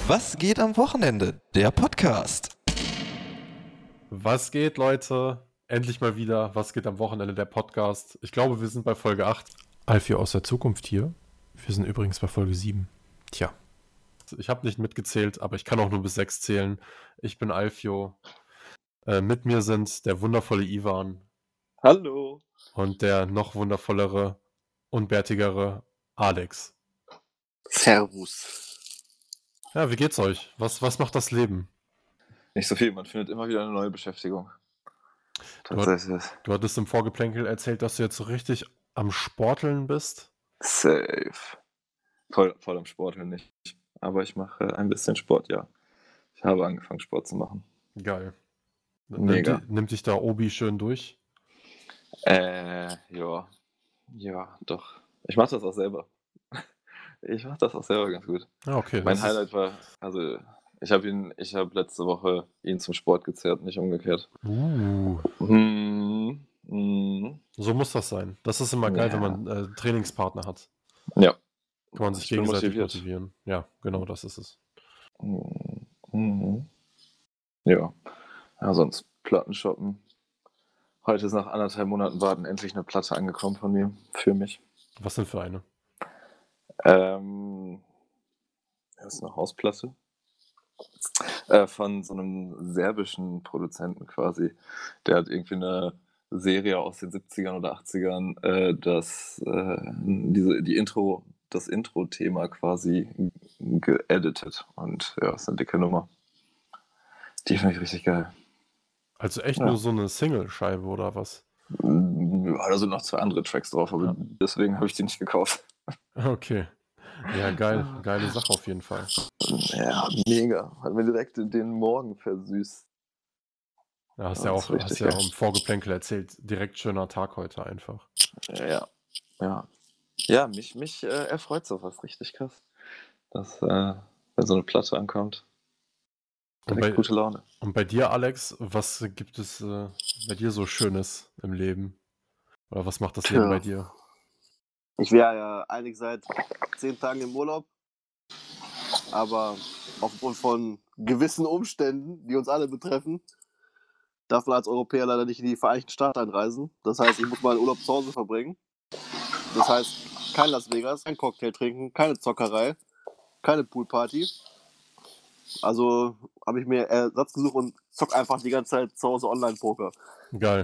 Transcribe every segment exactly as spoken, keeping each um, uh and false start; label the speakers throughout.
Speaker 1: Was geht am Wochenende? Der Podcast.
Speaker 2: Was geht, Leute? Endlich mal wieder. Was geht am Wochenende? Der Podcast. Ich glaube, wir sind bei Folge acht. Alfio aus der Zukunft hier. Wir sind übrigens bei Folge sieben. Tja. Ich habe nicht mitgezählt, aber ich kann auch nur bis sechs zählen. Ich bin Alfio. Äh, mit mir sind der wundervolle Ivan.
Speaker 3: Hallo.
Speaker 2: Und der noch wundervollere und bärtigere Alex.
Speaker 3: Servus.
Speaker 2: Ja, wie geht's euch? Was, was macht das Leben?
Speaker 3: Nicht so viel, man findet immer wieder eine neue Beschäftigung.
Speaker 2: Du, hat,
Speaker 3: Tatsächlich.
Speaker 2: du hattest im Vorgeplänkel erzählt, dass du jetzt so richtig am Sporteln bist.
Speaker 3: Safe. Voll, voll am Sporteln nicht. Aber ich mache ein bisschen Sport, ja. Ich habe angefangen, Sport zu machen.
Speaker 2: Geil.
Speaker 3: Mega.
Speaker 2: Nimmt, nimmt dich da Obi schön durch?
Speaker 3: Äh, ja. Ja, doch. Ich mache das auch selber. Ich mache das auch selber ganz gut.
Speaker 2: Ah, okay.
Speaker 3: Mein
Speaker 2: das
Speaker 3: Highlight
Speaker 2: ist,
Speaker 3: war, also ich habe ihn, ich habe letzte Woche ihn zum Sport gezerrt, nicht umgekehrt.
Speaker 2: uh,
Speaker 3: Mm, mm,
Speaker 2: so muss das sein. Das ist immer geil,
Speaker 3: Ja.
Speaker 2: wenn man äh, Trainingspartner hat.
Speaker 3: ja.
Speaker 2: Kann man sich
Speaker 3: Ich bin
Speaker 2: gegenseitig
Speaker 3: motiviert.
Speaker 2: motivieren. Ja, genau, das ist es.
Speaker 3: Mhm. Ja. Ja, sonst Platten shoppen. Heute ist nach anderthalb Monaten Warten endlich eine Platte angekommen von mir, für mich.
Speaker 2: Was denn für eine?
Speaker 3: Ähm, das ist eine Hausplatte. Äh, von so einem serbischen Produzenten quasi. Der hat irgendwie eine Serie aus den siebzigern oder achtzigern, äh, das, äh, diese, die Intro, das Intro-Thema quasi geeditet. Und ja, ist eine dicke Nummer. Die finde ich richtig geil.
Speaker 2: Also echt
Speaker 3: Ja.
Speaker 2: nur so eine Single-Scheibe oder was?
Speaker 3: Ja, da sind noch zwei andere Tracks drauf, aber
Speaker 2: Ja.
Speaker 3: deswegen habe ich die nicht gekauft.
Speaker 2: Okay. Ja, geil. Geile Sache auf jeden Fall.
Speaker 3: Ja, mega. Hat mir direkt den Morgen versüßt.
Speaker 2: Ja, hast
Speaker 3: Ja,
Speaker 2: ja
Speaker 3: das
Speaker 2: auch,
Speaker 3: ist richtig
Speaker 2: hast ja
Speaker 3: geil.
Speaker 2: auch im Vorgeplänkel erzählt. Direkt schöner Tag heute einfach.
Speaker 3: Ja, ja. Ja, mich, mich äh, erfreut sowas richtig krass. Dass, äh, wenn so eine Platte ankommt,
Speaker 2: Und
Speaker 3: direkt
Speaker 2: bei,
Speaker 3: gute Laune.
Speaker 2: und bei dir, Alex, was gibt es äh, bei dir so Schönes im Leben? Oder was macht das Leben
Speaker 4: Tja.
Speaker 2: bei dir?
Speaker 4: Ich wäre ja eigentlich seit zehn Tagen im Urlaub, aber aufgrund von gewissen Umständen, die uns alle betreffen, darf man als Europäer leider nicht in die Vereinigten Staaten einreisen. Das heißt, ich muss meinen Urlaub zu Hause verbringen. Das heißt, kein Las Vegas, kein Cocktail trinken, keine Zockerei, keine Poolparty. Also habe ich mir Ersatz gesucht und zock einfach die ganze Zeit zu Hause Online-Poker.
Speaker 2: Geil.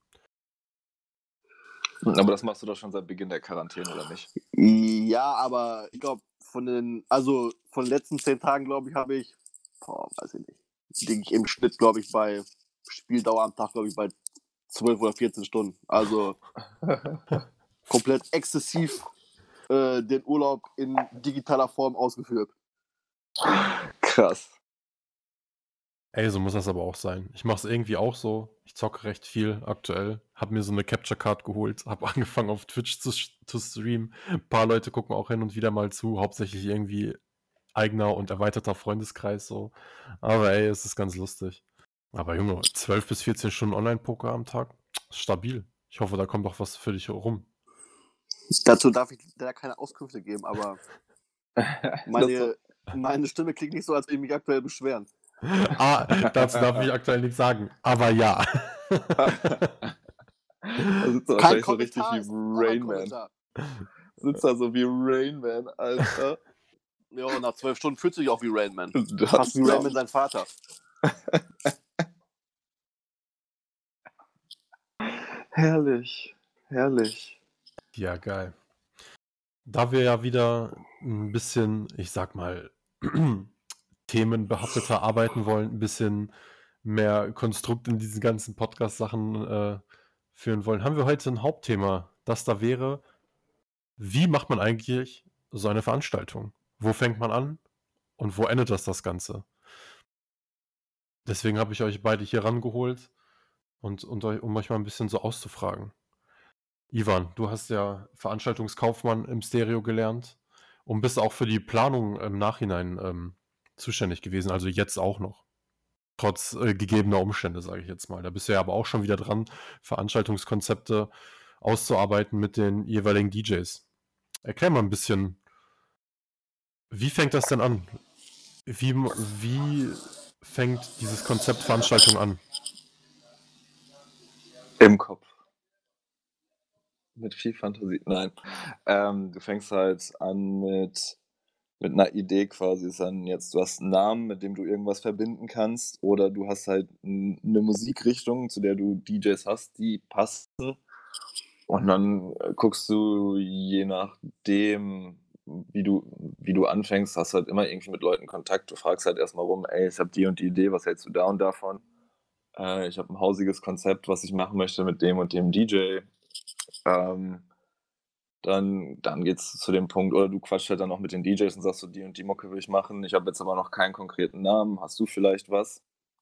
Speaker 3: Aber das machst du doch schon seit Beginn der Quarantäne, oder nicht?
Speaker 4: Ja, aber ich glaube, von den, also von den letzten zehn Tagen, glaube ich, habe ich, boah, weiß ich nicht, liege ich im Schnitt, glaube ich, bei Spieldauer am Tag, glaube ich, bei zwölf oder vierzehn Stunden. Also komplett exzessiv äh, den Urlaub in digitaler Form ausgeführt.
Speaker 3: Krass.
Speaker 2: Ey, so muss das aber auch sein. Ich mache es irgendwie auch so. Ich zocke recht viel aktuell. Hab mir so eine Capture Card geholt. Hab angefangen auf Twitch zu, zu streamen. Ein paar Leute gucken auch hin und wieder mal zu. Hauptsächlich irgendwie eigener und erweiterter Freundeskreis so. Aber ey, es ist ganz lustig. Aber Junge, zwölf bis vierzehn Stunden Online-Poker am Tag. Stabil. Ich hoffe, da kommt auch was für dich rum.
Speaker 4: Dazu darf ich da keine Auskünfte geben, aber
Speaker 3: Das
Speaker 4: meine, meine Stimme klingt nicht so, als würde ich mich aktuell beschweren.
Speaker 2: Ah, dazu darf ich aktuell nichts sagen. Aber ja.
Speaker 3: Da sitzt er
Speaker 4: Kein
Speaker 3: wahrscheinlich so richtig
Speaker 4: Kommentar
Speaker 3: wie
Speaker 4: ist auch ein
Speaker 3: Rain Man.
Speaker 4: Kommentar.
Speaker 3: Sitzt da so wie Rain Man, Alter.
Speaker 4: Ja, und nach zwölf Stunden fühlt sich auch wie Rain Man.
Speaker 3: Das
Speaker 4: Fast wie
Speaker 3: glaub
Speaker 4: Rain Man sein Vater.
Speaker 3: Herrlich, herrlich.
Speaker 2: Ja, geil. Da wir ja wieder ein bisschen, ich sag mal, themenbehafteter arbeiten wollen, ein bisschen mehr Konstrukt in diesen ganzen Podcast-Sachen äh, führen wollen, haben wir heute ein Hauptthema, das da wäre, wie macht man eigentlich so eine Veranstaltung? Wo fängt man an und wo endet das das Ganze? Deswegen habe ich euch beide hier rangeholt und, und euch, um euch mal ein bisschen so auszufragen. Ivan, du hast ja Veranstaltungskaufmann im Stereo gelernt und bist auch für die Planung im Nachhinein ähm, zuständig gewesen, also jetzt auch noch. Trotz äh, gegebener Umstände, sage ich jetzt mal. Da bist du ja aber auch schon wieder dran, Veranstaltungskonzepte auszuarbeiten mit den jeweiligen D Js. Erklär mal ein bisschen, wie fängt das denn an? Wie, mo- wie fängt dieses Konzept Veranstaltung an?
Speaker 3: Im Kopf. Mit viel Fantasie. Nein. Ähm, du fängst halt an mit, mit einer Idee quasi. Ist dann jetzt, du hast einen Namen, mit dem du irgendwas verbinden kannst, oder du hast halt n- eine Musikrichtung, zu der du D Js hast, die passen. Und dann äh, guckst du, je nachdem, wie du, wie du anfängst, hast halt immer irgendwie mit Leuten Kontakt. Du fragst halt erstmal rum, ey, ich habe die und die Idee, was hältst du da und davon? Äh, ich habe ein hausiges Konzept, was ich machen möchte mit dem und dem D J. Ähm, dann, dann geht's zu dem Punkt, oder du quatschst halt dann auch mit den D Js und sagst so, die und die Mucke will ich machen. Ich habe jetzt aber noch keinen konkreten Namen. Hast du vielleicht was?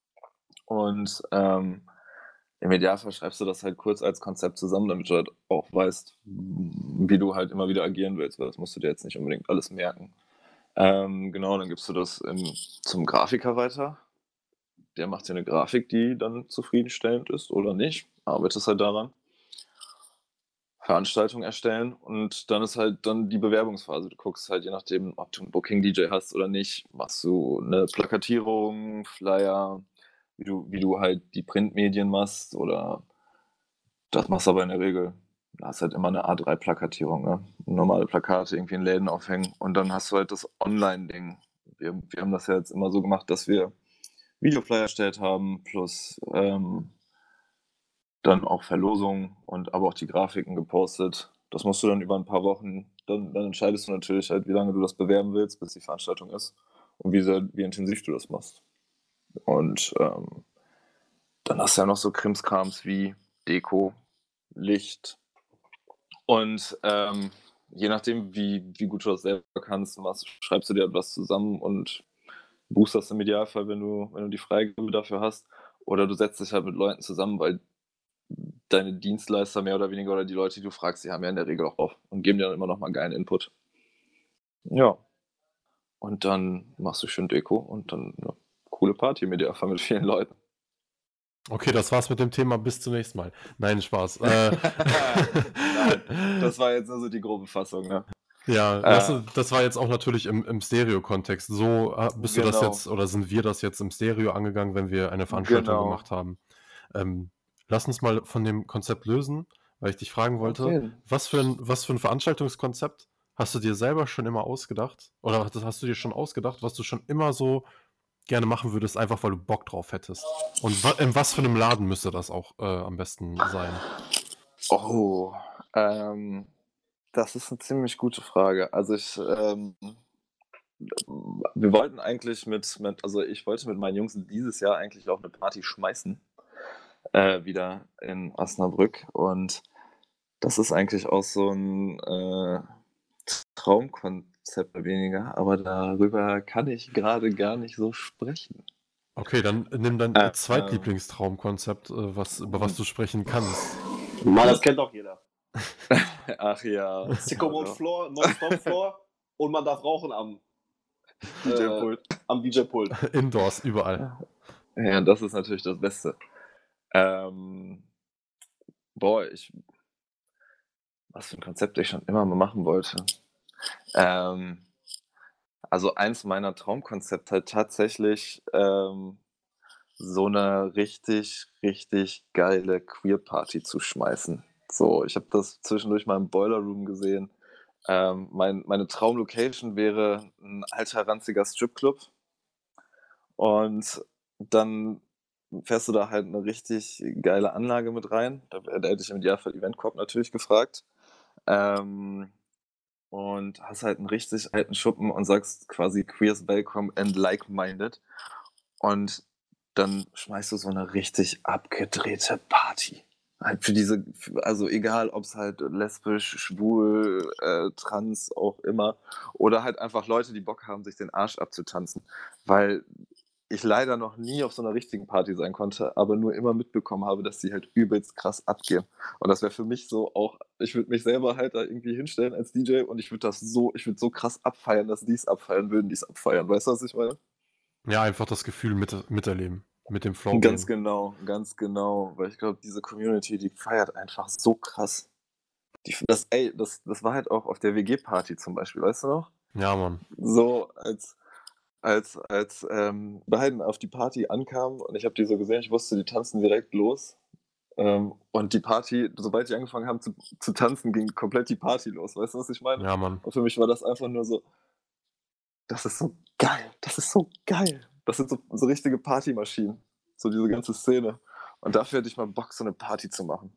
Speaker 3: Und ähm, im Idealfall schreibst du das halt kurz als Konzept zusammen, damit du halt auch weißt, wie du halt immer wieder agieren willst, weil das musst du dir jetzt nicht unbedingt alles merken. Ähm, genau, dann gibst du das in, zum Grafiker weiter. Der macht dir eine Grafik, die dann zufriedenstellend ist oder nicht. Arbeitest halt daran. Veranstaltung erstellen, und dann ist halt dann die Bewerbungsphase. Du guckst halt, je nachdem, ob du einen Booking-D J hast oder nicht, machst du eine Plakatierung, Flyer, wie du, wie du halt die Printmedien machst, oder das machst du aber in der Regel. Da hast halt immer eine A drei Plakatierung, ne? Normale Plakate irgendwie in Läden aufhängen, und dann hast du halt das Online-Ding. Wir, wir haben das ja jetzt immer so gemacht, dass wir Videoflyer erstellt haben, plus ähm, dann auch Verlosungen und aber auch die Grafiken gepostet. Das musst du dann über ein paar Wochen, dann, dann entscheidest du natürlich halt, wie lange du das bewerben willst, bis die Veranstaltung ist, und wie, sehr, wie intensiv du das machst. Und ähm, dann hast du ja noch so Krimskrams wie Deko, Licht, und ähm, je nachdem, wie, wie gut du das selber kannst, machst, schreibst du dir etwas zusammen und buchst das im Idealfall, wenn du, wenn du die Freigabe dafür hast. Oder du setzt dich halt mit Leuten zusammen, weil deine Dienstleister mehr oder weniger, oder die Leute, die du fragst, die haben ja in der Regel auch auf und geben dir dann immer noch mal geilen Input. Ja. Und dann machst du schön Deko und dann eine coole Party mit dir, mit vielen Leuten.
Speaker 2: Okay, das war's mit dem Thema. Bis zum nächsten Mal. Nein, Spaß. Äh,
Speaker 3: Nein, das war jetzt nur so die grobe Fassung, ne?
Speaker 2: ja,
Speaker 3: Äh,
Speaker 2: lass, uns- das war jetzt auch natürlich im, im Stereo-Kontext. So äh, bist du das
Speaker 3: Genau.
Speaker 2: jetzt, oder sind wir das jetzt im Stereo angegangen, wenn wir eine Veranstaltung
Speaker 3: Genau.
Speaker 2: gemacht haben? Ähm, lass uns mal von dem Konzept lösen, weil ich dich fragen wollte,
Speaker 3: Okay.
Speaker 2: was für ein, was für ein Veranstaltungskonzept hast du dir selber schon immer ausgedacht? Oder hast, hast du dir schon ausgedacht, was du schon immer so gerne machen würdest, einfach weil du Bock drauf hättest? Und wa in was für einem Laden müsste das auch äh, am besten sein?
Speaker 3: Oh, ähm, das ist eine ziemlich gute Frage. Also ich, ähm, wir wollten eigentlich mit, mit, also ich wollte mit meinen Jungs dieses Jahr eigentlich auch eine Party schmeißen, äh, wieder in Osnabrück, und das ist eigentlich auch so ein äh, Traumkonzept weniger, aber darüber kann ich gerade gar nicht so sprechen.
Speaker 2: Okay, dann nimm dein
Speaker 3: Äh,
Speaker 2: äh, Zweitlieblingstraumkonzept, äh, was, über was du sprechen kannst.
Speaker 4: Mann, das kennt doch jeder.
Speaker 3: Ach ja.
Speaker 4: Sicko Mode
Speaker 3: Ja.
Speaker 4: Floor, Non-Stop Floor und man darf rauchen am
Speaker 3: D J-Pult.
Speaker 4: Äh, am D J-Pult.
Speaker 2: Indoors, überall.
Speaker 3: Ja, das ist natürlich das Beste. Ähm, boah, ich, was für ein Konzept ich schon immer mal machen wollte. Ähm, also eins meiner Traumkonzepte halt tatsächlich ähm, so eine richtig, richtig geile Queer-Party zu schmeißen. So, ich habe das zwischendurch mal im Boiler Room gesehen. Ähm, mein, meine Traumlocation wäre ein alter, ranziger Stripclub. Und dann fährst du da halt eine richtig geile Anlage mit rein. Da, da hätte ich im Idealfall Event Corp natürlich gefragt. Ähm, und hast halt einen richtig alten Schuppen und sagst quasi Queers Welcome and Like-Minded. Und dann schmeißt du so eine richtig abgedrehte Party. Halt für diese, also egal, ob es halt lesbisch, schwul, äh, trans, auch immer. Oder halt einfach Leute, die Bock haben, sich den Arsch abzutanzen. Weil ich leider noch nie auf so einer richtigen Party sein konnte, aber nur immer mitbekommen habe, dass die halt übelst krass abgehen. Und das wäre für mich so auch, ich würde mich selber halt da irgendwie hinstellen als D J, und ich würde das so, ich würde so krass abfeiern, dass die es abfeiern würden, die es abfeiern. Weißt du, was ich meine?
Speaker 2: Ja, einfach das Gefühl mit, miterleben. Mit dem Flow
Speaker 3: Ganz
Speaker 2: gehen.
Speaker 3: genau, ganz genau. Weil ich glaube, diese Community, die feiert einfach so krass. Die, das, ey, das, das war halt auch auf der W G-Party zum Beispiel, weißt du noch?
Speaker 2: Ja, Mann.
Speaker 3: So, als als, als ähm, beiden auf die Party ankamen und ich habe die so gesehen, ich wusste, die tanzen direkt los. Ähm, und die Party, sobald die angefangen haben zu, zu tanzen, ging komplett die Party los. Weißt du, was ich meine?
Speaker 2: Ja, Mann.
Speaker 3: Und für mich war das einfach nur so, das ist so geil, das ist so geil. Das sind so, so richtige Partymaschinen, so diese ganze Szene. Und dafür hätte ich mal Bock, so eine Party zu machen.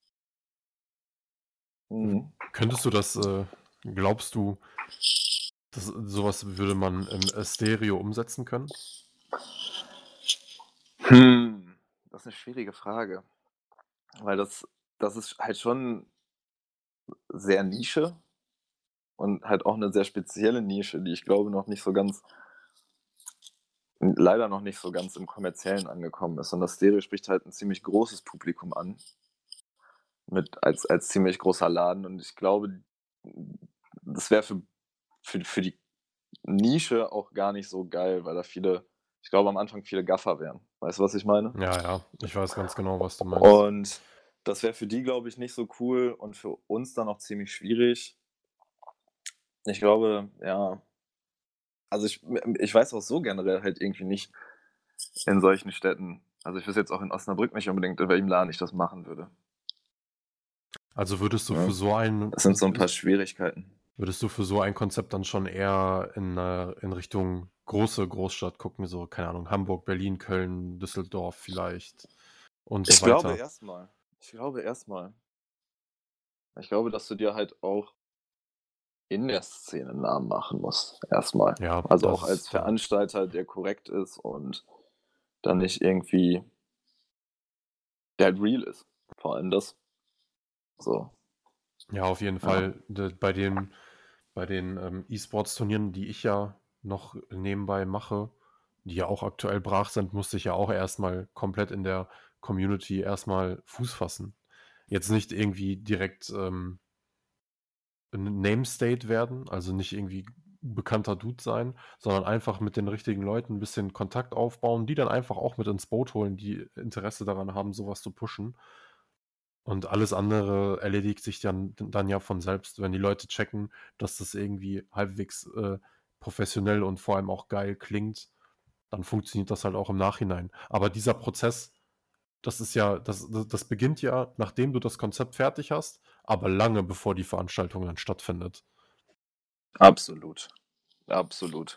Speaker 3: Mhm.
Speaker 2: Könntest du das, äh, glaubst du, dass sowas würde man im äh, Stereo umsetzen können?
Speaker 3: Hm, das ist eine schwierige Frage. Weil das, das ist halt schon sehr Nische und halt auch eine sehr spezielle Nische, die ich glaube noch nicht so ganz, leider noch nicht so ganz im Kommerziellen angekommen ist. Und das Stereo spricht halt ein ziemlich großes Publikum an, mit als, als ziemlich großer Laden. Und ich glaube, das wäre für, für, für die Nische auch gar nicht so geil, weil da viele, ich glaube am Anfang viele Gaffer wären. Weißt du, was ich meine?
Speaker 2: Ja, ja, ich weiß ganz genau, was du meinst.
Speaker 3: Und das wäre für die, glaube ich, nicht so cool und für uns dann auch ziemlich schwierig. Ich glaube, ja, also ich, ich weiß auch so generell halt irgendwie nicht in solchen Städten. Also ich wüsste jetzt auch in Osnabrück nicht unbedingt, in welchem Laden ich das machen würde.
Speaker 2: Also würdest du
Speaker 3: Ja.
Speaker 2: für so ein
Speaker 3: Das sind so ein paar Schwierigkeiten.
Speaker 2: würdest du für so ein Konzept dann schon eher in, äh, in Richtung große Großstadt gucken, so, keine Ahnung, Hamburg, Berlin, Köln, Düsseldorf vielleicht und so
Speaker 3: Ich
Speaker 2: weiter?
Speaker 3: glaube erstmal. Ich glaube erstmal. Ich glaube, dass du dir halt auch in der Szene einen Namen machen musst. Erstmal.
Speaker 2: Ja,
Speaker 3: Also
Speaker 2: das
Speaker 3: auch als
Speaker 2: ist, äh,
Speaker 3: Veranstalter, der korrekt ist und dann nicht irgendwie der halt real ist. Vor allem das. So.
Speaker 2: Ja, auf jeden
Speaker 3: Ja.
Speaker 2: Fall. De- Bei den, bei den ähm, E-Sports-Turnieren, die ich ja noch nebenbei mache, die ja auch aktuell brach sind, musste ich ja auch erstmal komplett in der Community erstmal Fuß fassen. Jetzt nicht irgendwie direkt ähm, ein Name-State werden, also nicht irgendwie bekannter Dude sein, sondern einfach mit den richtigen Leuten ein bisschen Kontakt aufbauen, die dann einfach auch mit ins Boot holen, die Interesse daran haben, sowas zu pushen. Und alles andere erledigt sich dann, dann ja von selbst, wenn die Leute checken, dass das irgendwie halbwegs äh, professionell und vor allem auch geil klingt, dann funktioniert das halt auch im Nachhinein. Aber dieser Prozess, das ist ja, das, das, das beginnt ja, nachdem du das Konzept fertig hast, aber lange bevor die Veranstaltung dann stattfindet.
Speaker 3: Absolut. Absolut.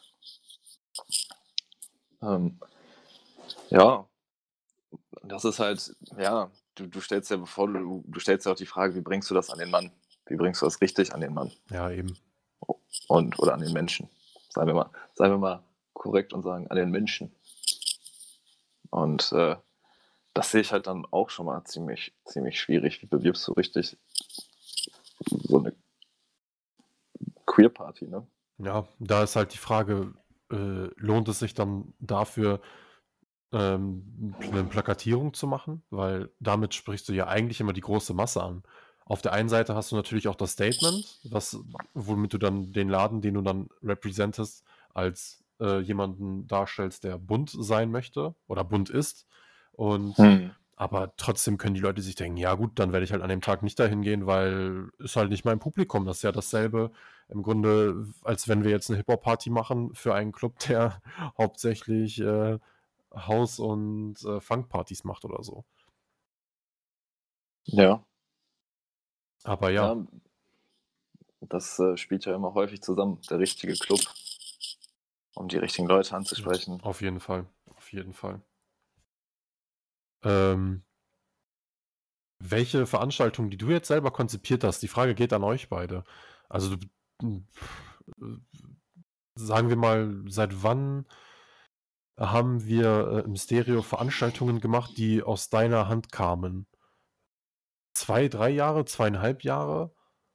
Speaker 3: Ähm, ja, das ist halt, ja, du, du stellst ja, bevor du, du stellst ja auch die Frage, wie bringst du das an den Mann? Wie bringst du das richtig an den Mann?
Speaker 2: Ja, eben.
Speaker 3: Und, oder an den Menschen. Seien wir mal, seien wir mal korrekt und sagen, an den Menschen. Und äh, das sehe ich halt dann auch schon mal ziemlich, ziemlich schwierig. Wie bewirbst du richtig so eine Queer-Party, ne?
Speaker 2: Ja, da ist halt die Frage, äh, lohnt es sich dann dafür, ähm, eine Plakatierung zu machen? Weil damit sprichst du ja eigentlich immer die große Masse an. Auf der einen Seite hast du natürlich auch das Statement, was, womit du dann den Laden, den du dann repräsentest, als äh, jemanden darstellst, der bunt sein möchte oder bunt ist. Und
Speaker 3: Hm.
Speaker 2: aber trotzdem können die Leute sich denken, ja gut, dann werde ich halt an dem Tag nicht dahin gehen, weil ist halt nicht mein Publikum. Das ist ja dasselbe im Grunde, als wenn wir jetzt eine Hip-Hop-Party machen für einen Club, der hauptsächlich äh, House- und äh, Funk-Partys macht oder so.
Speaker 3: Ja.
Speaker 2: Aber ja,
Speaker 3: Ja, das äh, spielt ja immer häufig zusammen, der richtige Club, um die richtigen Leute anzusprechen.
Speaker 2: auf jeden Fall. Auf jeden Fall. Ähm, welche Veranstaltung, die du jetzt selber konzipiert hast, die Frage geht an euch beide. Also du, äh, sagen wir mal, seit wann haben wir äh, im Stereo Veranstaltungen gemacht, die aus deiner Hand kamen? Zwei, drei Jahre, zweieinhalb Jahre?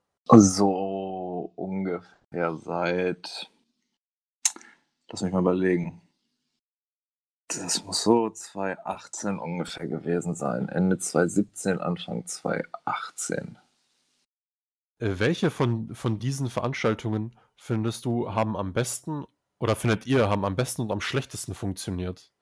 Speaker 3: So ungefähr seit, lass mich mal überlegen. Das muss so zwanzig achtzehn ungefähr gewesen sein. Ende zwanzig siebzehn, Anfang zwanzig achtzehn.
Speaker 2: Äh, welche von, von diesen Veranstaltungen findest du haben am besten oder findet ihr haben am besten und am schlechtesten funktioniert?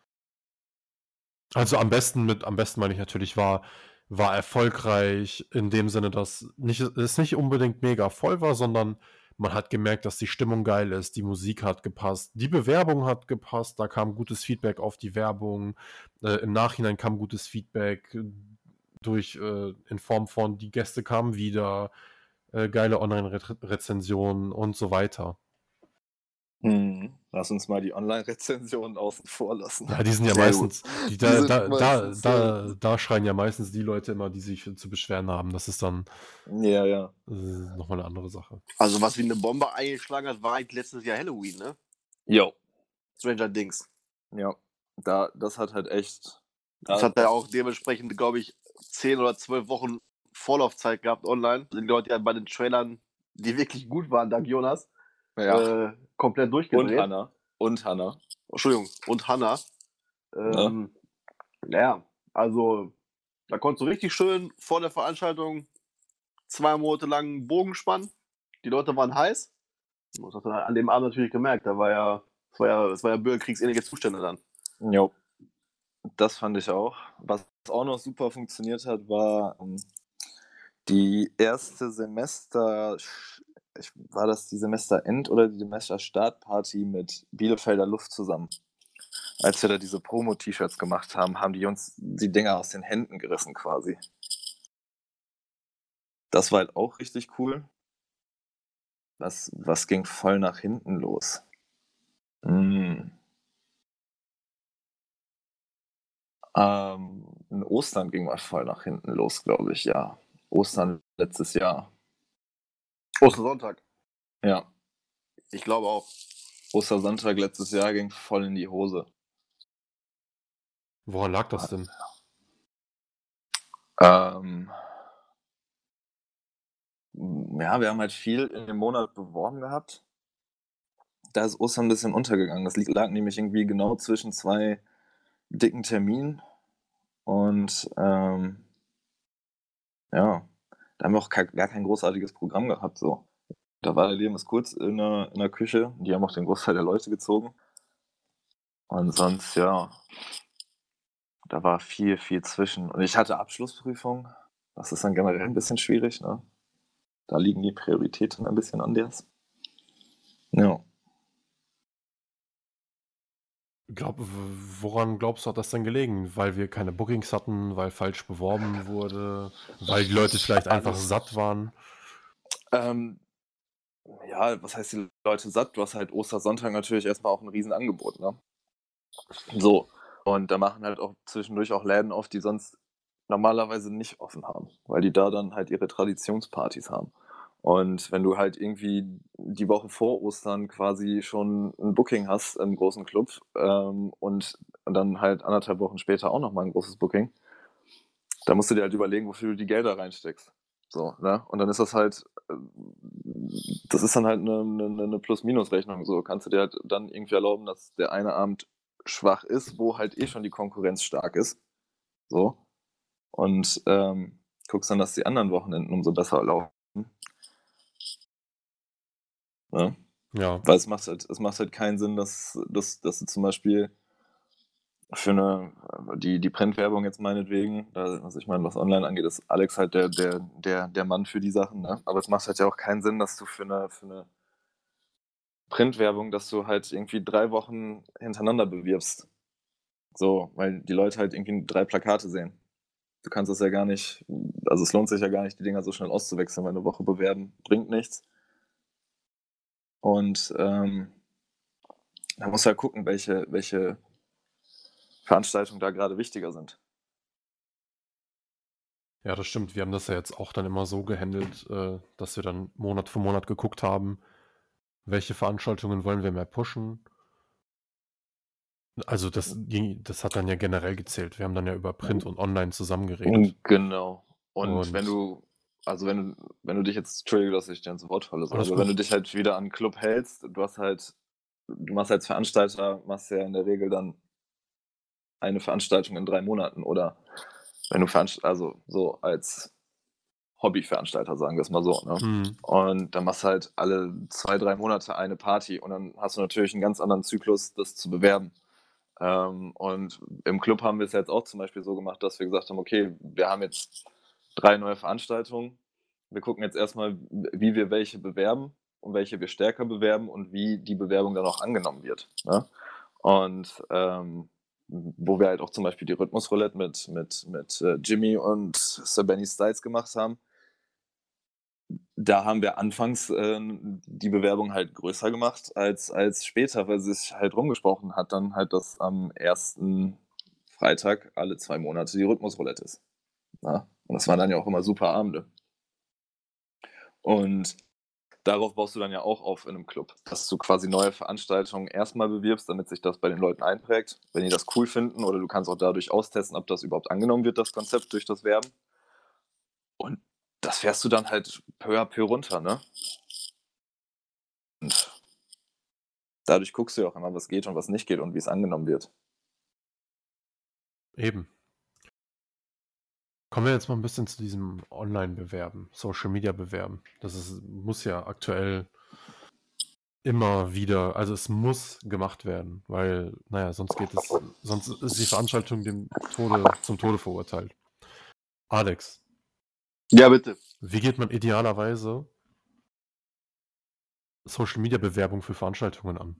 Speaker 2: Also am besten mit, am besten meine ich natürlich, war, war erfolgreich in dem Sinne, dass nicht, es nicht unbedingt mega voll war, sondern Man hat gemerkt, dass die Stimmung geil ist, die Musik hat gepasst, die Bewerbung hat gepasst, da kam gutes Feedback auf die Werbung, äh, im Nachhinein kam gutes Feedback äh, durch, äh, in Form von die Gäste kamen wieder, äh, geile Online-Rezensionen und so weiter.
Speaker 3: Hm. Lass uns mal die Online-Rezensionen außen vor lassen.
Speaker 2: Ja, die sind ja
Speaker 4: Sehr
Speaker 2: meistens, die,
Speaker 3: Die
Speaker 2: da,
Speaker 3: sind
Speaker 2: da, da,
Speaker 3: meistens,
Speaker 2: da,
Speaker 3: äh,
Speaker 2: da schreien ja meistens die Leute immer, die sich zu beschweren haben. Das ist dann
Speaker 3: Ja, ja.
Speaker 2: äh, nochmal eine andere Sache.
Speaker 4: Also, was wie eine Bombe eingeschlagen hat, war eigentlich letztes Jahr Halloween, ne?
Speaker 3: Jo.
Speaker 4: Stranger Things.
Speaker 3: Ja. Da, das hat halt echt.
Speaker 4: Das
Speaker 3: Da,
Speaker 4: hat er auch dementsprechend, glaube ich, zehn oder zwölf Wochen Vorlaufzeit gehabt online. Die Leute ja bei den Trailern, die wirklich gut waren, dank Jonas,
Speaker 3: ja.
Speaker 4: äh, komplett
Speaker 3: Und
Speaker 4: durchgedreht.
Speaker 3: Hannah. Und Hannah.
Speaker 4: Entschuldigung, und Hannah.
Speaker 3: Ne?
Speaker 4: Ähm, ja, also da konntest du richtig schön vor der Veranstaltung zwei Monate lang einen Bogen spannen. Die Leute waren heiß. Das hast du an dem Abend natürlich gemerkt. Da war ja, es war ja, es war ja bürgerkriegsähnliche Zustände dann.
Speaker 3: Jo. Das fand ich auch. Was auch noch super funktioniert hat, war ähm, die erste Semester, ich, war das die Semesterend- oder die Semesterstartparty mit Bielefelder Luft zusammen. Als wir da diese Promo-T-Shirts gemacht haben, haben die uns die Dinger aus den Händen gerissen quasi. Das war halt auch richtig cool. Was, was ging voll nach hinten los? Mm. Ähm, in Ostern ging mal voll nach hinten los, glaube ich, ja. Ostern letztes Jahr.
Speaker 4: Ostersonntag.
Speaker 3: Ja.
Speaker 4: Ich glaube auch.
Speaker 3: Ostersonntag letztes Jahr ging voll in die Hose.
Speaker 2: Woran lag das denn?
Speaker 3: Ähm, ja, wir haben halt viel in dem Monat beworben gehabt. Da ist Ostern ein bisschen untergegangen. Das lag nämlich irgendwie genau zwischen zwei dicken Terminen. Und ähm, ja, da haben wir auch gar kein großartiges Programm gehabt. So. Da war der Lemus kurz in der, in der Küche. Die haben auch den Großteil der Leute gezogen. Und sonst, ja, da war viel, viel zwischen. Und ich hatte Abschlussprüfung. Das ist dann generell ein bisschen schwierig, ne? Da liegen die Prioritäten ein bisschen anders. Ja.
Speaker 2: Glaub, woran glaubst du, hat das denn gelegen? Weil wir keine Bookings hatten, weil falsch beworben wurde, weil die Leute vielleicht einfach
Speaker 3: Alles.
Speaker 2: satt waren?
Speaker 3: Ähm, ja, was heißt die Leute satt? Du hast halt Ostersonntag natürlich erstmal auch ein Riesenangebot, ne? So. Und da machen halt auch zwischendurch auch Läden auf, die sonst normalerweise nicht offen haben, weil die da dann halt ihre Traditionspartys haben. Und wenn du halt irgendwie die Woche vor Ostern quasi schon ein Booking hast im großen Club ähm, und, und dann halt anderthalb Wochen später auch nochmal ein großes Booking, da musst du dir halt überlegen, wofür du die Gelder reinsteckst. So, ne? Und dann ist das halt, äh, das ist dann halt eine, eine, eine Plus-Minus-Rechnung. So kannst du dir halt dann irgendwie erlauben, dass der eine Abend schwach ist, wo halt eh schon die Konkurrenz stark ist. So. Und ähm, guckst dann, dass die anderen Wochenenden umso besser laufen. Ne?
Speaker 2: Ja.
Speaker 3: Weil es macht halt, es macht halt keinen Sinn, dass, dass, dass du zum Beispiel für eine, die, die Printwerbung jetzt meinetwegen, da, also ich meine, was online angeht, ist Alex halt der, der, der, der Mann für die Sachen, ne? Aber es macht halt ja auch keinen Sinn, dass du für eine, für eine Printwerbung, dass du halt irgendwie drei Wochen hintereinander bewirbst. So, weil die Leute halt irgendwie drei Plakate sehen. Du kannst es ja gar nicht, also es lohnt sich ja gar nicht, die Dinger so schnell auszuwechseln, weil eine Woche bewerben bringt nichts. Und ähm, da musst du ja gucken, welche, welche Veranstaltungen da gerade wichtiger sind.
Speaker 2: Ja, das stimmt. Wir haben das ja jetzt auch dann immer so gehandelt, äh, dass wir dann Monat für Monat geguckt haben, welche Veranstaltungen wollen wir mehr pushen. Also das ging, das hat dann ja generell gezählt. Wir haben dann ja über Print und Online zusammengeredet.
Speaker 3: Genau. Und,
Speaker 2: Und-
Speaker 3: wenn du, also wenn du, wenn du dich jetzt, Entschuldige, dass ich dir ins Wort falle, so,
Speaker 2: Alles
Speaker 3: aber
Speaker 2: gut.
Speaker 3: wenn du dich halt wieder an einen Club hältst, du hast halt, du machst als Veranstalter, machst ja in der Regel dann eine Veranstaltung in drei Monaten oder wenn du veranst also so als Hobbyveranstalter, sagen wir es mal so, ne?
Speaker 2: Mhm.
Speaker 3: Und dann machst du halt alle zwei, drei Monate eine Party und dann hast du natürlich einen ganz anderen Zyklus, das zu bewerben. Ähm, und im Club haben wir es jetzt auch zum Beispiel so gemacht, dass wir gesagt haben, okay, wir haben jetzt drei neue Veranstaltungen. Wir gucken jetzt erstmal, wie wir welche bewerben und welche wir stärker bewerben und wie die Bewerbung dann auch angenommen wird. Ne? Und ähm, wo wir halt auch zum Beispiel die Rhythmusroulette mit, mit, mit äh, Jimmy und Sir Benny Styles gemacht haben. Da haben wir anfangs äh, die Bewerbung halt größer gemacht als, als später, weil sich halt rumgesprochen hat, dann halt, dass am ersten Freitag alle zwei Monate die Rhythmusroulette ist. Ja? Und das waren dann ja auch immer super Abende. Und darauf baust du dann ja auch auf in einem Club, dass du quasi neue Veranstaltungen erstmal bewirbst, damit sich das bei den Leuten einprägt, wenn die das cool finden, oder du kannst auch dadurch austesten, ob das überhaupt angenommen wird, das Konzept, durch das Werben. Und das fährst du dann halt peu à peu runter, ne? Und dadurch guckst du ja auch immer, was geht und was nicht geht und wie es angenommen wird.
Speaker 2: Eben. Kommen wir jetzt mal ein bisschen zu diesem Online-Bewerben, Social-Media-Bewerben. Das ist, muss ja aktuell immer wieder, also es muss gemacht werden, weil, naja, sonst geht es, sonst ist die Veranstaltung dem Tode, zum Tode verurteilt. Alex,
Speaker 4: Ja, bitte.
Speaker 2: wie geht man idealerweise Social-Media-Bewerbung für Veranstaltungen an?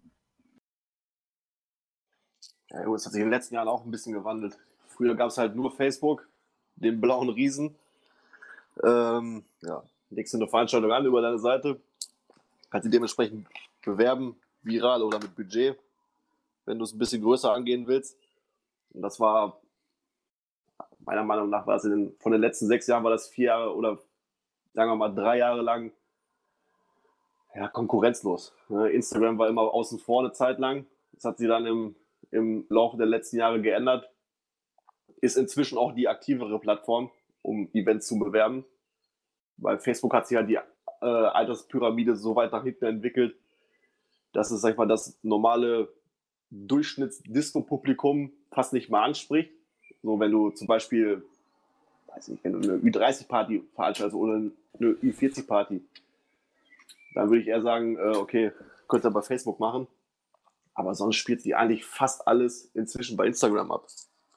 Speaker 4: Ja, gut, es hat sich in den letzten Jahren auch ein bisschen gewandelt. Früher gab es halt nur Facebook, den blauen Riesen. Ähm, ja, legst du eine Veranstaltung an über deine Seite, kannst sie dementsprechend bewerben, viral oder mit Budget, wenn du es ein bisschen größer angehen willst. Und das war, meiner Meinung nach, war es in den, von den letzten sechs Jahren war das vier Jahre oder sagen wir mal drei Jahre lang ja, konkurrenzlos. Ne? Instagram war immer außen vor eine Zeit lang. Das hat sich dann im, im Laufe der letzten Jahre geändert. Ist inzwischen auch die aktivere Plattform, um Events zu bewerben. Weil Facebook hat sich halt die äh, Alterspyramide so weit nach hinten entwickelt, dass es, sag ich mal, das normale Durchschnitts-Disco-Publikum fast nicht mehr anspricht. So, wenn du zum Beispiel, weiß nicht, wenn du eine Ü dreißig Party veranstaltest oder eine Ü vierzig Party, dann würde ich eher sagen, äh, okay, könnt ihr bei Facebook machen. Aber sonst spielt sie eigentlich fast alles inzwischen bei Instagram ab.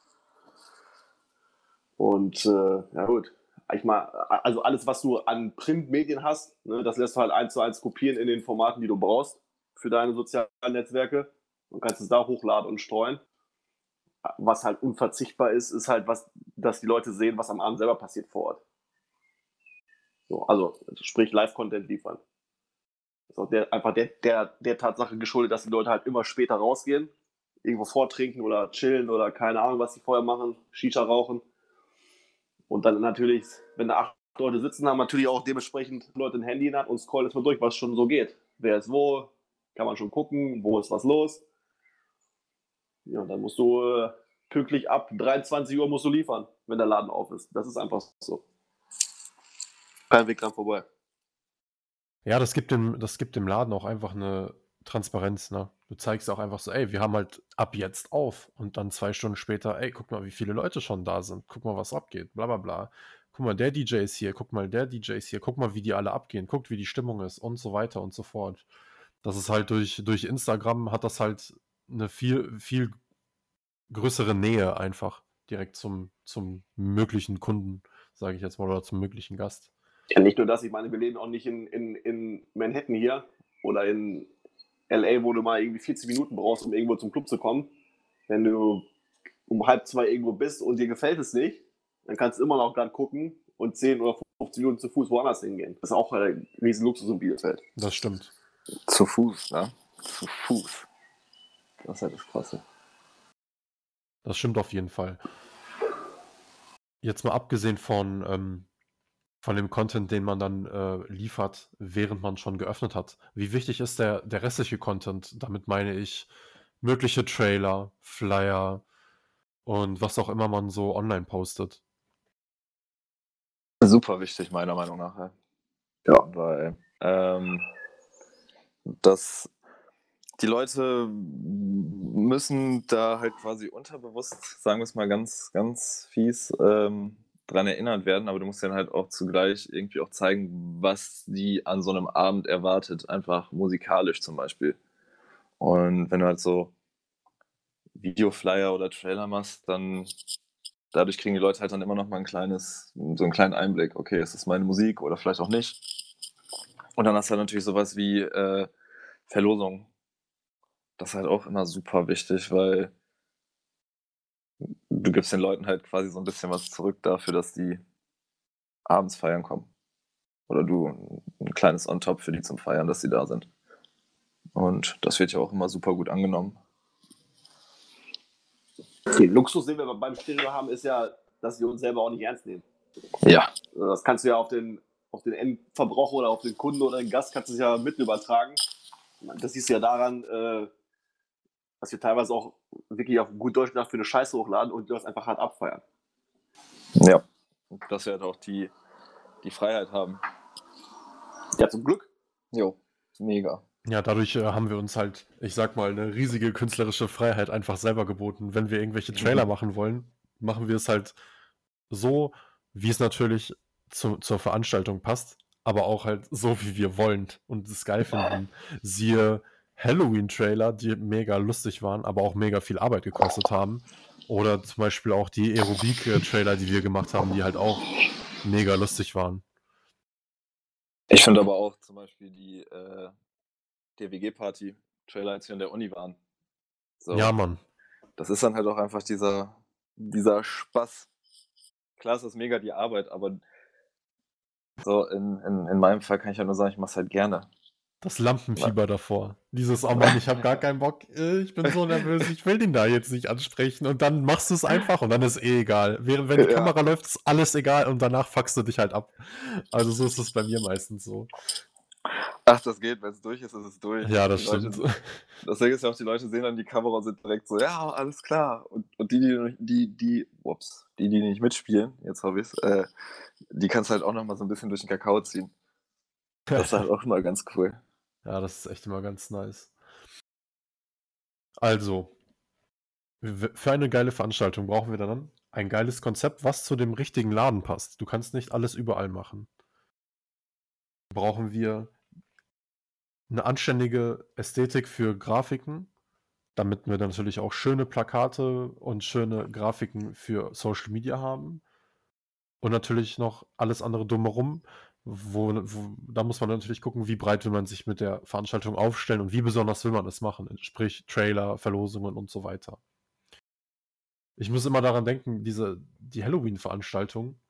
Speaker 4: Und äh, ja gut, ich mal, also alles, was du an Printmedien hast, ne, das lässt du halt eins zu eins kopieren in den Formaten, die du brauchst für deine sozialen Netzwerke und kannst es da hochladen und streuen. Was halt unverzichtbar ist, ist halt, was, dass die Leute sehen, was am Abend selber passiert vor Ort. So, also sprich Live-Content liefern. Das ist auch der, einfach der, der, der Tatsache geschuldet, dass die Leute halt immer später rausgehen, irgendwo vortrinken oder chillen oder keine Ahnung, was sie vorher machen, Shisha rauchen. Und dann natürlich, wenn da acht Leute sitzen, haben natürlich auch dementsprechend Leute ein Handy in der Hand und scrollen jetzt mal durch, was schon so geht. Wer ist wo, kann man schon gucken, wo ist was los. Ja, dann musst du äh, pünktlich ab dreiundzwanzig Uhr musst du liefern, wenn der Laden auf ist. Das ist einfach so. Kein Weg dran vorbei.
Speaker 2: Ja, das gibt dem, das gibt dem Laden auch einfach eine Transparenz, ne? Du zeigst auch einfach so, ey, wir haben halt ab jetzt auf und dann zwei Stunden später, ey, guck mal, wie viele Leute schon da sind, guck mal, was abgeht, bla bla bla. Guck mal, der D J ist hier, guck mal, der D J ist hier, guck mal, wie die alle abgehen, guckt, wie die Stimmung ist und so weiter und so fort. Das ist halt durch, durch Instagram hat das halt eine viel, viel größere Nähe einfach direkt zum, zum möglichen Kunden, sage ich jetzt mal, oder zum möglichen Gast.
Speaker 4: Ja, nicht nur das, ich meine, wir leben auch nicht in, in, in Manhattan hier oder in L A, wo du mal irgendwie vierzig Minuten brauchst, um irgendwo zum Club zu kommen. Wenn du um halb zwei irgendwo bist und dir gefällt es nicht, dann kannst du immer noch gerade gucken und zehn oder fünfzehn Minuten zu Fuß woanders hingehen. Das ist auch ein riesen Luxus in Bielefeld.
Speaker 2: Das stimmt.
Speaker 3: Zu Fuß, ne? Zu Fuß. Das ist halt das Krasse.
Speaker 2: Das stimmt auf jeden Fall. Jetzt mal abgesehen von, ähm, von dem Content, den man dann äh, liefert, während man schon geöffnet hat. Wie wichtig ist der, der restliche Content? Damit meine ich mögliche Trailer, Flyer und was auch immer man so online postet.
Speaker 3: Super wichtig, meiner Meinung nach. Ja.
Speaker 4: Ja.
Speaker 3: Weil ähm, das, die Leute müssen da halt quasi unterbewusst, sagen wir es mal ganz, ganz fies, ähm, dran erinnert werden, aber du musst dann halt auch zugleich irgendwie auch zeigen, was die an so einem Abend erwartet, einfach musikalisch zum Beispiel. Und wenn du halt so Videoflyer oder Trailer machst, dann dadurch kriegen die Leute halt dann immer noch mal ein kleines, so einen kleinen Einblick, okay, ist das meine Musik oder vielleicht auch nicht. Und dann hast du halt natürlich sowas wie äh, Verlosung. Das ist halt auch immer super wichtig, weil du gibst den Leuten halt quasi so ein bisschen was zurück dafür, dass die abends feiern kommen. Oder du ein kleines On-Top für die zum Feiern, dass sie da sind. Und das wird ja auch immer super gut angenommen.
Speaker 4: Den Luxus, den wir beim Stereo haben, ist ja, dass wir uns selber auch nicht ernst nehmen.
Speaker 3: Ja.
Speaker 4: Das kannst du ja auf den, auf den Endverbraucher oder auf den Kunden oder den Gast kannst du es ja mit übertragen. Das siehst du ja daran, äh, dass wir teilweise auch wirklich auf gut Deutsch gesagt für eine Scheiße hochladen und das einfach hart abfeiern.
Speaker 3: Ja. Und dass wir halt auch die, die Freiheit haben.
Speaker 4: Ja, zum Glück.
Speaker 3: Jo, mega.
Speaker 2: Ja, dadurch äh, haben wir uns halt, ich sag mal, eine riesige künstlerische Freiheit einfach selber geboten. Wenn wir irgendwelche Trailer
Speaker 3: Mhm.
Speaker 2: machen wollen, machen wir es halt so, wie es natürlich zu, zur Veranstaltung passt, aber auch halt so, wie wir wollen und es geil finden. Siehe Halloween-Trailer, die mega lustig waren, aber auch mega viel Arbeit gekostet haben. Oder zum Beispiel auch die Aerobik-Trailer, die wir gemacht haben, die halt auch mega lustig waren.
Speaker 3: Ich finde aber auch zum Beispiel die äh, D W G-Party-Trailer, als wir in der Uni waren. So,
Speaker 2: Ja, Mann.
Speaker 3: das ist dann halt auch einfach dieser, dieser Spaß. Klar ist das mega die Arbeit, aber so in, in, in meinem Fall kann ich ja nur sagen, ich mache es halt gerne.
Speaker 2: Das Lampenfieber davor. Dieses, oh Mann, ich habe gar keinen Bock, äh, ich bin so nervös, ich will den da jetzt nicht ansprechen. Und dann machst du es einfach und dann ist eh egal. Während wenn die
Speaker 3: Ja.
Speaker 2: Kamera läuft, ist alles egal und danach fuckst du dich halt ab. Also so ist es bei mir meistens so.
Speaker 3: Ach, das geht, wenn es durch ist, ist es durch.
Speaker 2: Ja, das
Speaker 3: Die
Speaker 2: stimmt.
Speaker 3: Leute, das Ding ist ja auch, die Leute sehen dann die Kamera und sind direkt so, ja, alles klar. Und, und die, die, die, die, ups, die, die nicht mitspielen, jetzt habe ich es, äh, die kannst du halt auch nochmal so ein bisschen durch den Kakao ziehen. Das ist halt auch immer ganz cool.
Speaker 2: Ja, das ist echt immer ganz nice. Also, w- für eine geile Veranstaltung brauchen wir dann ein geiles Konzept, was zu dem richtigen Laden passt. Du kannst nicht alles überall machen. Brauchen wir eine anständige Ästhetik für Grafiken, damit wir dann natürlich auch schöne Plakate und schöne Grafiken für Social Media haben. Und natürlich noch alles andere drumherum, wo, wo, da muss man natürlich gucken, wie breit will man sich mit der Veranstaltung aufstellen und wie besonders will man es machen, sprich Trailer, Verlosungen und so weiter. Ich muss immer daran denken, diese, die Halloween-Veranstaltung,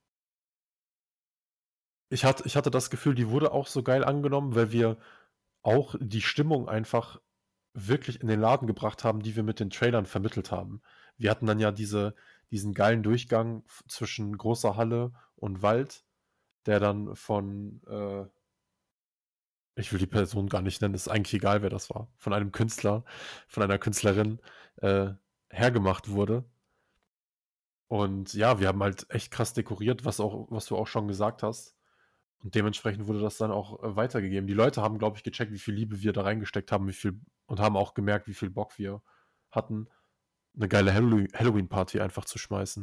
Speaker 2: ich hatte, ich hatte das Gefühl, die wurde auch so geil angenommen, weil wir auch die Stimmung einfach wirklich in den Laden gebracht haben, die wir mit den Trailern vermittelt haben. Wir hatten dann ja diese, diesen geilen Durchgang f- zwischen großer Halle und Wald, der dann von, äh, ich will die Person gar nicht nennen, ist eigentlich egal, wer das war, von einem Künstler, von einer Künstlerin äh, hergemacht wurde. Und ja, wir haben halt echt krass dekoriert, was auch, was du auch schon gesagt hast. Und dementsprechend wurde das dann auch äh, weitergegeben. Die Leute haben, glaube ich, gecheckt, wie viel Liebe wir da reingesteckt haben, wie viel und haben auch gemerkt, wie viel Bock wir hatten, eine geile Hallow- Halloween-Party einfach zu schmeißen.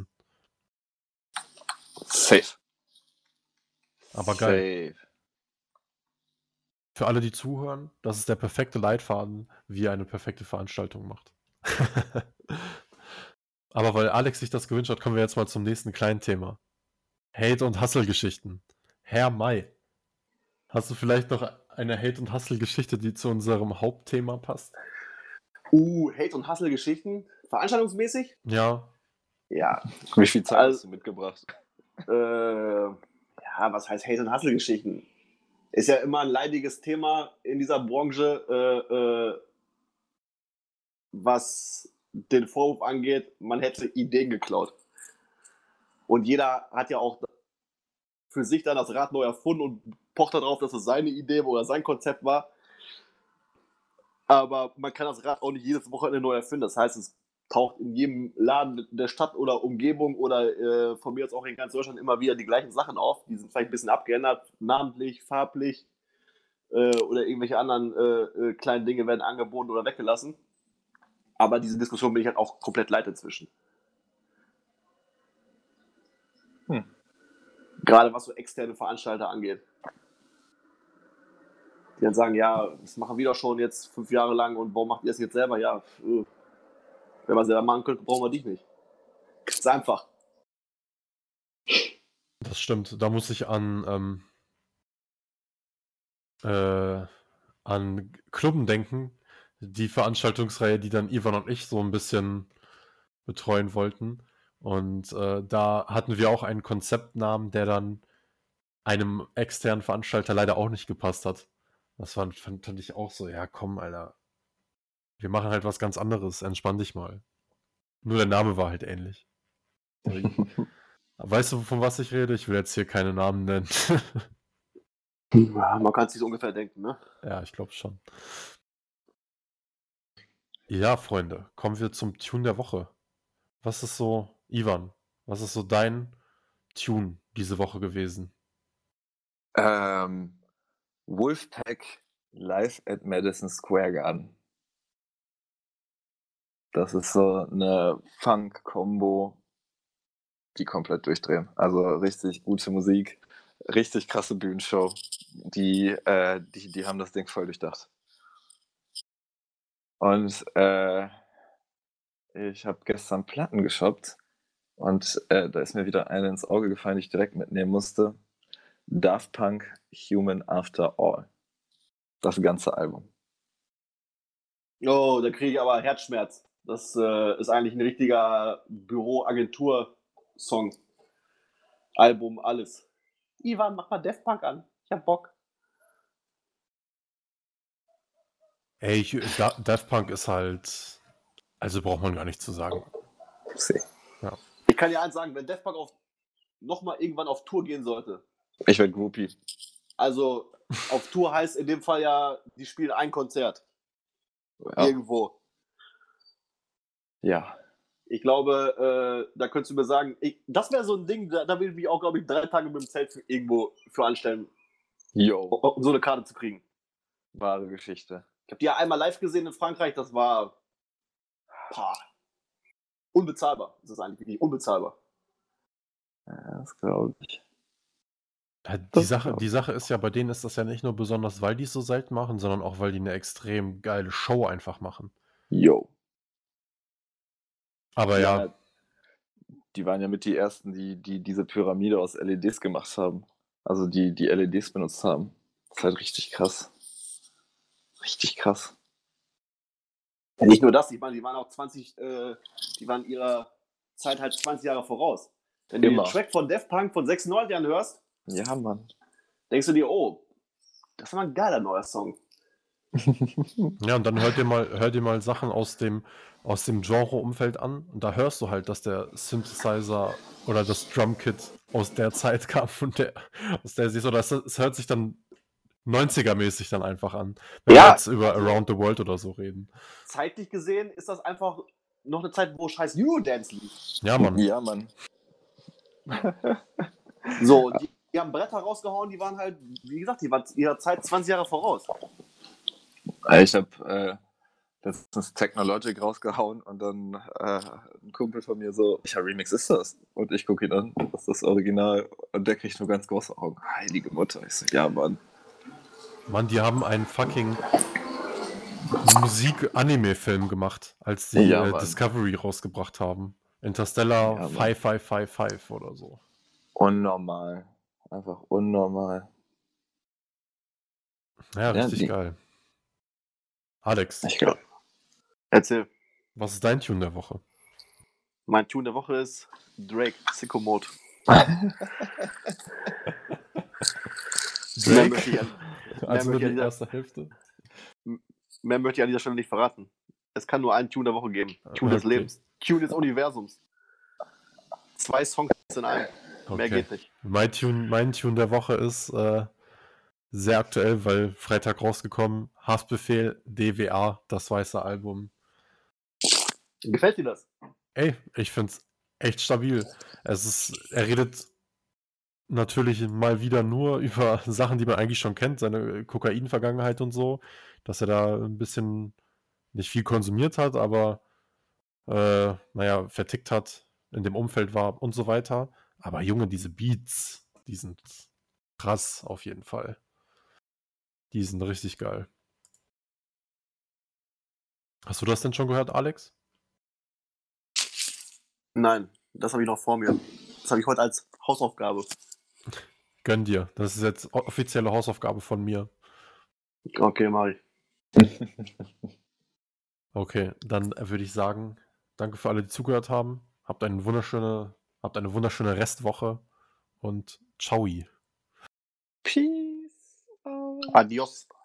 Speaker 3: Safe.
Speaker 2: Aber geil.
Speaker 3: Safe.
Speaker 2: Für alle, die zuhören, das ist der perfekte Leitfaden, wie ihr eine perfekte Veranstaltung macht. Aber weil Alex sich das gewünscht hat, kommen wir jetzt mal zum nächsten kleinen Thema. Hate- und Hustle-Geschichten. Herr May, hast du vielleicht noch eine Hate- und Hustle-Geschichte, die zu unserem Hauptthema passt?
Speaker 4: Uh, Hate- und Hustle-Geschichten. Veranstaltungsmäßig?
Speaker 2: Ja,
Speaker 4: Ja.
Speaker 3: Wie viel Zeit
Speaker 4: Also-
Speaker 3: hast du mitgebracht?
Speaker 4: Äh, ja, was heißt Hate- und Hustle-Geschichten? Ist ja immer ein leidiges Thema in dieser Branche, äh, äh, was den Vorwurf angeht, man hätte Ideen geklaut. Und jeder hat ja auch für sich dann das Rad neu erfunden und pocht darauf, dass es seine Idee oder sein Konzept war. Aber man kann das Rad auch nicht jedes Wochenende neu erfinden. Das heißt, es taucht in jedem Laden der Stadt oder Umgebung oder äh, von mir aus auch in ganz Deutschland immer wieder die gleichen Sachen auf. Die sind vielleicht ein bisschen abgeändert, namentlich, farblich äh, oder irgendwelche anderen äh, äh, kleinen Dinge werden angeboten oder weggelassen. Aber diese Diskussion bin ich halt auch komplett leid inzwischen.
Speaker 3: Hm.
Speaker 4: Gerade was so externe Veranstalter angeht. Die dann sagen, ja, das machen wir doch schon jetzt fünf Jahre lang und warum macht ihr das jetzt selber? Ja, äh, wenn wir selber machen könnten, brauchen wir dich nicht. Ganz einfach.
Speaker 2: das stimmt. Da muss ich an, ähm, äh, an Klubben denken. Die Veranstaltungsreihe, die dann Ivan und ich so ein bisschen betreuen wollten. Und äh, da hatten wir auch einen Konzeptnamen, der dann einem externen Veranstalter leider auch nicht gepasst hat. Das war, fand, fand ich auch so, ja komm, Alter. Wir machen halt was ganz anderes, entspann dich mal. Nur der Name war halt ähnlich. Weißt du, von was ich rede? Ich will jetzt hier keine Namen nennen.
Speaker 4: Ja, man kann es sich so ungefähr denken, ne?
Speaker 2: Ja, ich glaube schon. Ja, Freunde, kommen wir zum Tune der Woche. Was ist so, Ivan, was ist so dein Tune diese Woche gewesen?
Speaker 3: Ähm, Wolfpack live at Madison Square Garden. Das ist so eine Funk-Kombo, die komplett durchdrehen. Also richtig gute Musik, richtig krasse Bühnenshow. Die, äh, die, die haben das Ding voll durchdacht. Und äh, ich habe gestern Platten geshoppt und äh, da ist mir wieder eine ins Auge gefallen, die ich direkt mitnehmen musste. Daft Punk, Human After All. Das ganze Album.
Speaker 4: Oh, da kriege ich aber Herzschmerz. Das äh, ist eigentlich ein richtiger Büro-Agentur-Song. Album, alles. Ivan, mach mal Daft Punk an. Ich hab Bock.
Speaker 2: Ey, ich, da, Daft Punk ist halt, also braucht man gar nicht zu sagen.
Speaker 3: See.
Speaker 2: Ja.
Speaker 4: Ich kann dir eins sagen, wenn Daft Punk auf, nochmal irgendwann auf Tour gehen sollte,
Speaker 3: Ich werde Groupie.
Speaker 4: also auf Tour heißt in dem Fall ja, die spielen ein Konzert.
Speaker 3: Ja.
Speaker 4: Irgendwo.
Speaker 3: Ja.
Speaker 4: Ich glaube, äh, da könntest du mir sagen, ich, das wäre so ein Ding, da, da will ich mich auch, glaube ich, drei Tage mit dem Zelt für irgendwo für anstellen,
Speaker 3: Yo.
Speaker 4: um so eine Karte zu kriegen.
Speaker 3: Wahre Geschichte.
Speaker 4: Ich habe die ja einmal live gesehen in Frankreich, das war pah, unbezahlbar. Das ist eigentlich wirklich unbezahlbar.
Speaker 3: Ja, das glaube ich.
Speaker 2: Ja, die,
Speaker 3: Das
Speaker 2: Sache,
Speaker 3: glaub
Speaker 2: die Sache ist ja, bei denen ist das ja nicht nur besonders, weil die es so selten machen, sondern auch, weil die eine extrem geile Show einfach machen.
Speaker 3: Yo.
Speaker 2: Aber ja,
Speaker 3: Ja, die waren ja mit die ersten, die, die diese Pyramide aus L E Ds gemacht haben. Also die, die L E Ds benutzt haben. Das ist halt richtig krass. Richtig krass.
Speaker 4: Ja, nicht nur das, ich meine, die waren auch zwanzig, äh, die waren ihrer Zeit halt zwanzig Jahre voraus. Wenn du
Speaker 3: Immer.
Speaker 4: den Track von Daft Punk von sechsundneunzig anhörst,
Speaker 3: Ja, Mann.
Speaker 4: denkst du dir, oh, das war ein geiler neuer Song.
Speaker 2: ja, und dann hört ihr mal, hört ihr mal Sachen aus dem, aus dem Genre-Umfeld an und da hörst du halt, dass der Synthesizer oder das Drumkit aus der Zeit kam, von der, aus der sie oder es, es hört sich dann neunziger-mäßig dann einfach an, wenn
Speaker 4: Ja,
Speaker 2: wir jetzt über
Speaker 4: also-
Speaker 2: Around the World oder so reden.
Speaker 4: Zeitlich gesehen ist das einfach noch eine Zeit, wo scheiß Eurodance lief.
Speaker 2: Ja, Mann.
Speaker 3: Ja, Mann.
Speaker 4: So, und die, die haben Bretter rausgehauen, die waren halt, wie gesagt, die waren ihrer Zeit zwanzig Jahre voraus.
Speaker 3: Ich habe äh, letztens Technologic rausgehauen und dann äh, ein Kumpel von mir so, welcher Remix ist das? Und ich gucke ihn an, das ist das Original und der kriegt nur ganz große Augen. Heilige Mutter. Ich so, ja, Mann.
Speaker 2: Mann, die haben einen fucking Musik-Anime-Film gemacht, als die
Speaker 3: Ja,
Speaker 2: äh,
Speaker 3: Mann.
Speaker 2: Discovery rausgebracht haben. Interstellar
Speaker 3: Ja, Mann.
Speaker 2: fünf fünf fünf fünf oder so.
Speaker 3: Unnormal. Einfach unnormal.
Speaker 2: Ja,
Speaker 3: Ja,
Speaker 2: richtig
Speaker 3: die-
Speaker 2: geil. Alex,
Speaker 3: Ich glaube.
Speaker 4: Erzähl.
Speaker 2: was ist dein Tune der Woche?
Speaker 4: Mein Tune der Woche ist Drake, Sicko Mode. Mehr
Speaker 2: Drake?
Speaker 4: möchte ich an,
Speaker 2: Also nur
Speaker 4: möchte ich
Speaker 2: die
Speaker 4: an dieser-
Speaker 2: erste Hälfte?
Speaker 4: mehr möchte ich an dieser Stelle nicht verraten. Es kann nur einen Tune der Woche geben. Tune des
Speaker 2: Okay.
Speaker 4: Lebens. Tune des Universums. Zwei Songs in einem. Mehr
Speaker 2: Okay.
Speaker 4: geht nicht.
Speaker 2: Mein Tune, mein Tune der Woche ist äh, sehr aktuell, weil Freitag rausgekommen. Hassbefehl, D W A, das weiße Album.
Speaker 4: Gefällt dir das?
Speaker 2: Ey, ich find's echt stabil. Es ist, er redet natürlich mal wieder nur über Sachen, die man eigentlich schon kennt, seine Kokain-Vergangenheit und so, dass er da ein bisschen nicht viel konsumiert hat, aber äh, naja, vertickt hat, in dem Umfeld war und so weiter. Aber Junge, diese Beats, die sind krass auf jeden Fall. Die sind richtig geil. Hast du das denn schon gehört, Alex?
Speaker 4: Nein, das habe ich noch vor mir. Das habe ich heute als Hausaufgabe.
Speaker 2: Gönn dir. Das ist jetzt o- offizielle Hausaufgabe von mir.
Speaker 4: Okay, mach ich.
Speaker 2: Okay, dann würde ich sagen, danke für alle, die zugehört haben. Habt eine wunderschöne, habt eine wunderschöne Restwoche und ciao.
Speaker 3: Peace out.
Speaker 4: Adios.